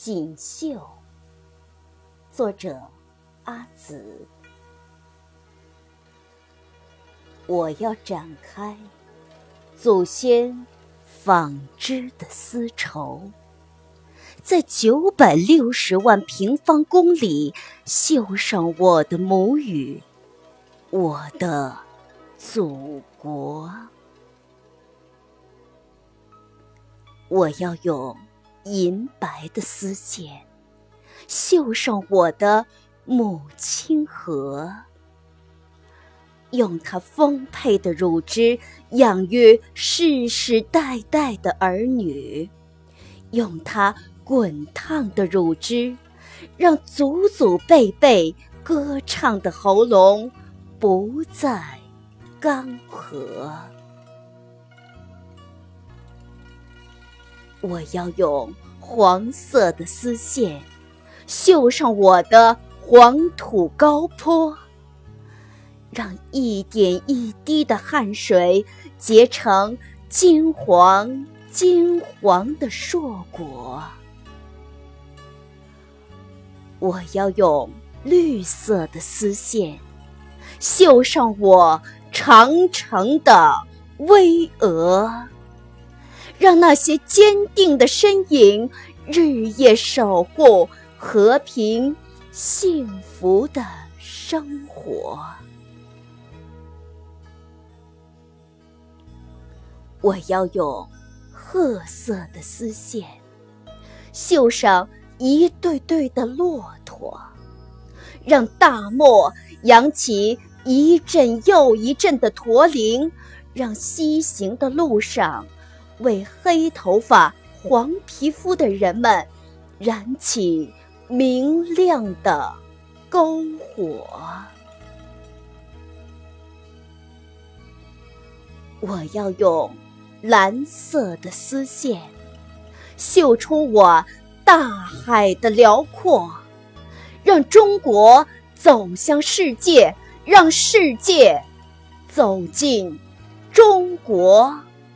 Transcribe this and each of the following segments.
锦绣，作者阿紫。我要展开祖先纺织的丝绸，在960万平方公里绣上我的母语，我的祖国。我要用银白的丝线绣上我的母亲河，用它丰沛的乳汁养育世世代代的儿女，用它滚烫的乳汁让祖祖辈辈歌唱的喉咙不再干涸。我要用黄色的丝线绣上我的黄土高坡，让一点一滴的汗水结成金黄金黄的硕果。我要用绿色的丝线绣上我长城的巍峨，让那些坚定的身影日夜守护和平幸福的生活。我要用褐色的丝线绣上一对对的骆驼，让大漠扬起一阵又一阵的驼铃，让西行的路上为黑头发黄皮肤的人们燃起明亮的篝火。我要用蓝色的丝线绣出我大海的辽阔，让中国走向世界，让世界走进中国。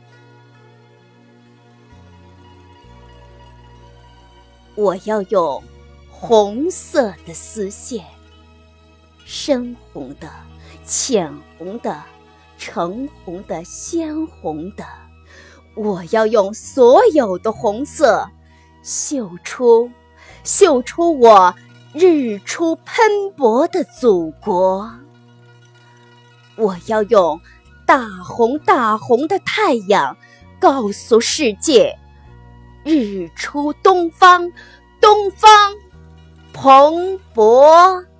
我要用红色的丝线，深红的、浅红的、橙红的、鲜红的，我要用所有的红色绣出我日出喷薄的祖国。我要用大红大红的太阳告诉世界，日出东方，东方蓬勃。